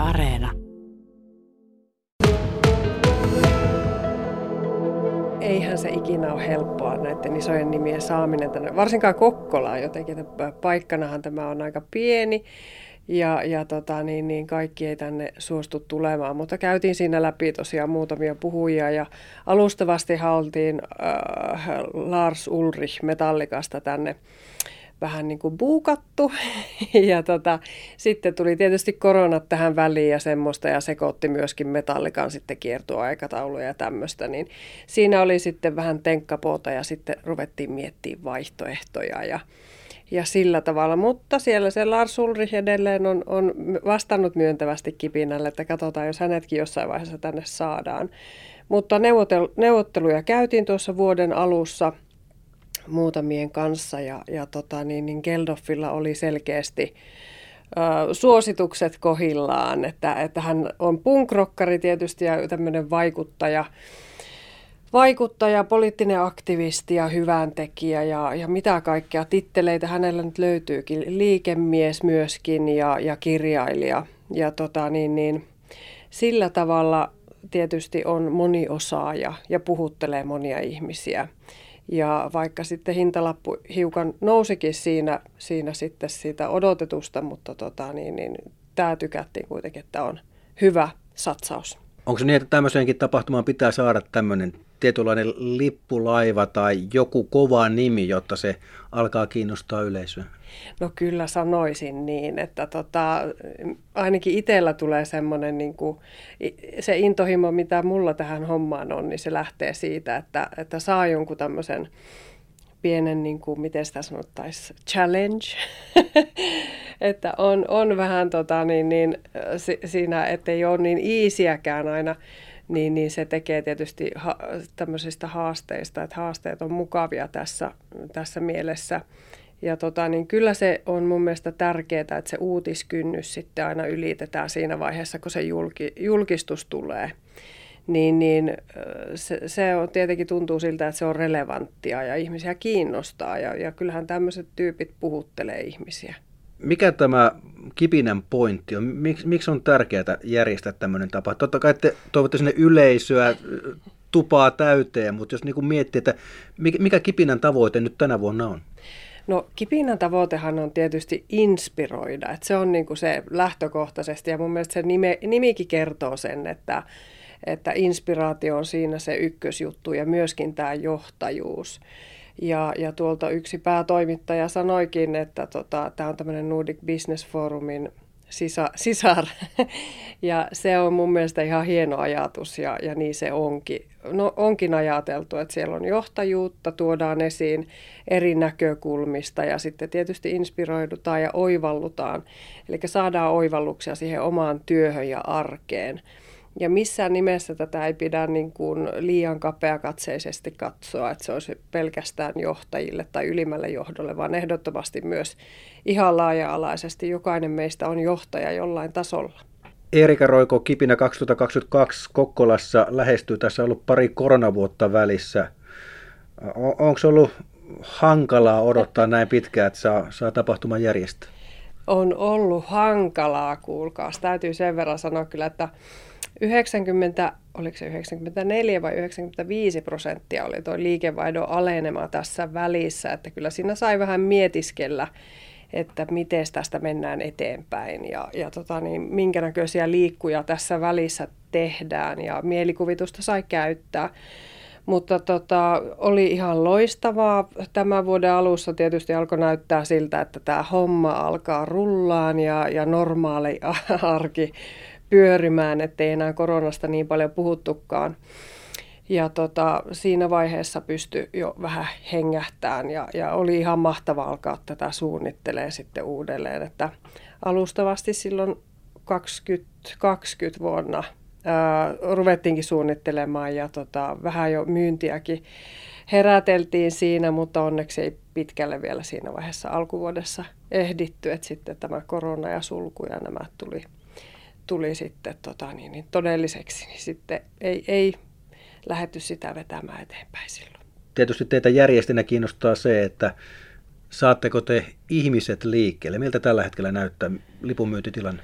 Areena. Eihän se ikinä ole helppoa näiden isojen nimien saaminen tänne, varsinkaan Kokkolaan jotenkin. Paikkanahan tämä on aika pieni ja kaikki ei tänne suostu tulemaan, mutta käytiin siinä läpi tosiaan muutamia puhujia ja alustavasti oltiin Lars Ulrich Metallicasta tänne vähän niin kuin buukattu ja sitten tuli tietysti koronat tähän väliin ja semmoista ja sekoitti myöskin Metallican sitten kiertueaikatauluja ja tämmöistä, niin siinä oli sitten vähän tenkkapoota ja sitten ruvettiin miettimään vaihtoehtoja ja sillä tavalla, mutta siellä se Lars Ulrich edelleen on vastannut myöntävästi Kipinälle, että katsotaan, jos hänetkin jossain vaiheessa tänne saadaan. Mutta neuvotteluja käytiin tuossa vuoden alussa muutamien kanssa ja Geldoffilla oli selkeästi suositukset kohillaan, että hän on punkrokkari tietysti ja tämmöinen vaikuttaja, poliittinen aktivisti ja hyväntekijä ja mitä kaikkea titteleitä hänellä nyt löytyykin, liikemies myöskin ja kirjailija ja sillä tavalla tietysti on moniosaaja ja puhuttelee monia ihmisiä. Ja vaikka sitten hintalappu hiukan nousikin siinä sitten siitä odotetusta, mutta tämä tykättiin kuitenkin, että on hyvä satsaus. Onko se niin, että tämmöiseenkin tapahtumaan pitää saada tämmöinen tietynlainen lippulaiva tai joku kova nimi, jotta se alkaa kiinnostaa yleisöä? No kyllä sanoisin niin, että ainakin itsellä tulee semmoinen niin kuin, se intohimo, mitä mulla tähän hommaan on, niin se lähtee siitä, että saa jonkun tämmöisen pienen, niin kuin, miten sitä sanottaisiin, challenge, että on vähän siinä, ettei ole niin easyäkään aina, niin se tekee tietysti tämmöisistä haasteista, että haasteet on mukavia tässä mielessä. Ja kyllä se on mun mielestä tärkeää, että se uutiskynnys sitten aina ylitetään siinä vaiheessa, kun se julkistus tulee. Se on, tietenkin tuntuu siltä, että se on relevanttia ja ihmisiä kiinnostaa ja kyllähän tämmöiset tyypit puhuttelee ihmisiä. Mikä tämä Kipinän pointti on? Miksi on tärkeää järjestää tämmöinen tapa? Totta kai te toivotte sinne yleisöä, tupaa täyteen, mutta jos niin miettii, että mikä Kipinän tavoite nyt tänä vuonna on? No Kipinän tavoitehan on tietysti inspiroida, että se on niin kuin se lähtökohtaisesti ja mun mielestä se nimikin kertoo sen, että inspiraatio on siinä se ykkösjuttu ja myöskin tämä johtajuus. Ja tuolta yksi päätoimittaja sanoikin, että tämä on tämmöinen Nordic Business Forumin sisar. Ja se on mun mielestä ihan hieno ajatus ja niin se onkin. No, onkin ajateltu, että siellä on johtajuutta, tuodaan esiin eri näkökulmista ja sitten tietysti inspiroidutaan ja oivallutaan. Eli saadaan oivalluksia siihen omaan työhön ja arkeen. Ja missään nimessä tätä ei pidä niin kuin liian kapeakatseisesti katsoa, että se olisi pelkästään johtajille tai ylimmälle johdolle, vaan ehdottomasti myös ihan laaja-alaisesti. Jokainen meistä on johtaja jollain tasolla. Eerika Roiko, Kipinä 2022 Kokkolassa lähestyy. Tässä on ollut pari koronavuotta välissä. Onko se ollut hankalaa odottaa näin pitkään, että saa tapahtuman järjestää? On ollut hankalaa, kuulkaas. Täytyy sen verran sanoa kyllä, että 94 vai 95% oli tuo liikevaihdon alenema tässä välissä, että kyllä siinä sai vähän mietiskellä, että miten tästä mennään eteenpäin ja minkä näköisiä liikkuja tässä välissä tehdään ja mielikuvitusta sai käyttää. Mutta oli ihan loistavaa. Tämän vuoden alussa tietysti alkoi näyttää siltä, että tämä homma alkaa rullaan ja normaali arki pyörimään, ettei enää koronasta niin paljon puhuttukaan. Ja siinä vaiheessa pystyi jo vähän hengähtään ja oli ihan mahtava alkaa tätä suunnittelemaan sitten uudelleen. Että alustavasti silloin 2020 vuonna ruvettiinkin suunnittelemaan ja vähän jo myyntiäkin heräteltiin siinä, mutta onneksi ei pitkälle vielä siinä vaiheessa alkuvuodessa ehditty, että sitten tämä korona ja sulku ja nämä tuli sitten todelliseksi, niin sitten ei lähdetty sitä vetämään eteenpäin silloin. Tietysti teitä järjestäjänä kiinnostaa se, että saatteko te ihmiset liikkeelle? Miltä tällä hetkellä näyttää lipunmyyntitilanne?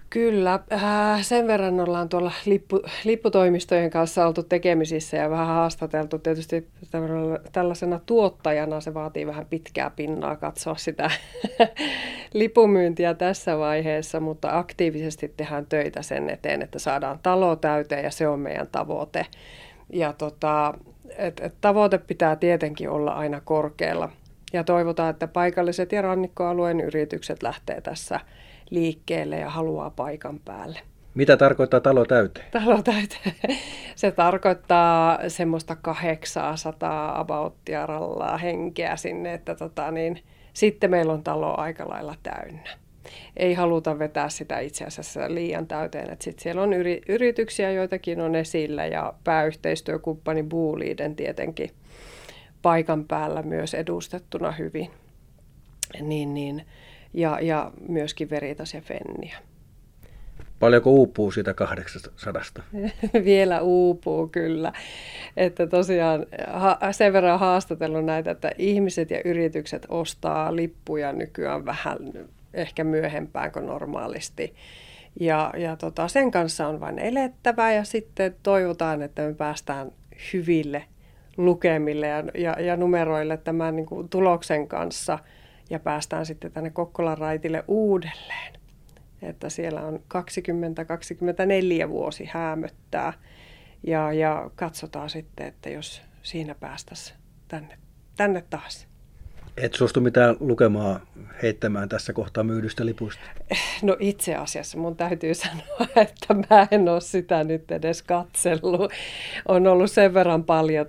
Kyllä, sen verran ollaan tuolla lipputoimistojen kanssa oltu tekemisissä ja vähän haastateltu. Tietysti tällaisena tuottajana se vaatii vähän pitkää pinnaa katsoa sitä lipunmyyntiä tässä vaiheessa, mutta aktiivisesti tehdään töitä sen eteen, että saadaan talo täyteen ja se on meidän tavoite. Ja tavoite pitää tietenkin olla aina korkealla ja toivotaan, että paikalliset ja rannikkoalueen yritykset lähtee tässä liikkeelle ja haluaa paikan päälle. Mitä tarkoittaa talo täyteen? Talo täyteen. Se tarkoittaa semmoista 800 abouttia rallaa henkeä sinne, että sitten meillä on talo aika lailla täynnä. Ei haluta vetää sitä itse asiassa liian täyteen, että sitten siellä on yrityksiä, joitakin on esillä ja pääyhteistyökumppani Boliden tietenkin paikan päällä myös edustettuna hyvin. Ja myöskin Veritas ja Fennia. Paljonko uupuu siitä 800? Vielä uupuu kyllä. Että tosiaan sen verran haastatellut näitä, että ihmiset ja yritykset ostaa lippuja nykyään vähän ehkä myöhempään kuin normaalisti. Ja sen kanssa on vain elettävä ja sitten toivotaan, että me päästään hyville lukemille ja numeroille tämän niin kuin tuloksen kanssa ja päästään sitten tänne Kokkolan raitille uudelleen. Että siellä on 20-24 vuosi häämöttää ja katsotaan sitten, että jos siinä päästäisiin tänne taas. Et suostu mitään lukemaa heittämään tässä kohtaa myydystä lipuista? No itse asiassa mun täytyy sanoa, että mä en ole sitä nyt edes katsellut. On ollut sen verran paljon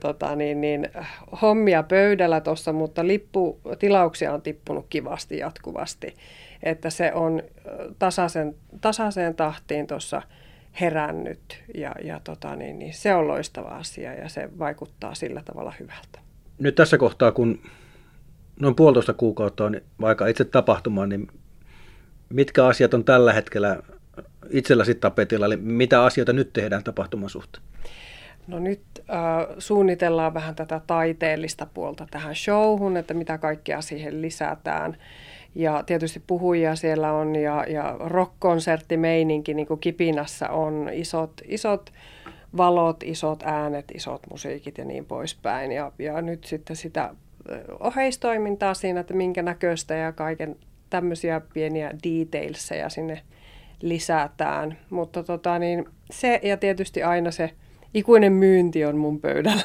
hommia pöydällä tuossa, mutta lipputilauksia on tippunut kivasti jatkuvasti. Että se on tasaiseen tahtiin tuossa herännyt ja se on loistava asia ja se vaikuttaa sillä tavalla hyvältä. Nyt tässä kohtaa, kun noin 1,5 kuukautta on aika itse tapahtumaan, niin mitkä asiat on tällä hetkellä itselläsi tapetilla, eli mitä asioita nyt tehdään tapahtuman suhteen? No nyt suunnitellaan vähän tätä taiteellista puolta tähän showhun, että mitä kaikkea siihen lisätään. Ja tietysti puhujia siellä on ja rock-konserttimeininki, niin kuin Kipinässä on isot valot, isot äänet, isot musiikit ja niin poispäin. Ja nyt sitten sitä oheistoimintaa siinä, että minkä näköistä ja kaiken tämmöisiä pieniä detailseja sinne lisätään. Mutta se ja tietysti aina se ikuinen myynti on mun pöydällä.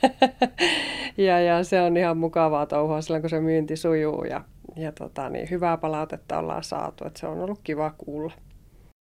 ja se on ihan mukavaa touhua silloin, kun se myynti sujuu ja hyvää palautetta ollaan saatu, että se on ollut kiva kuulla.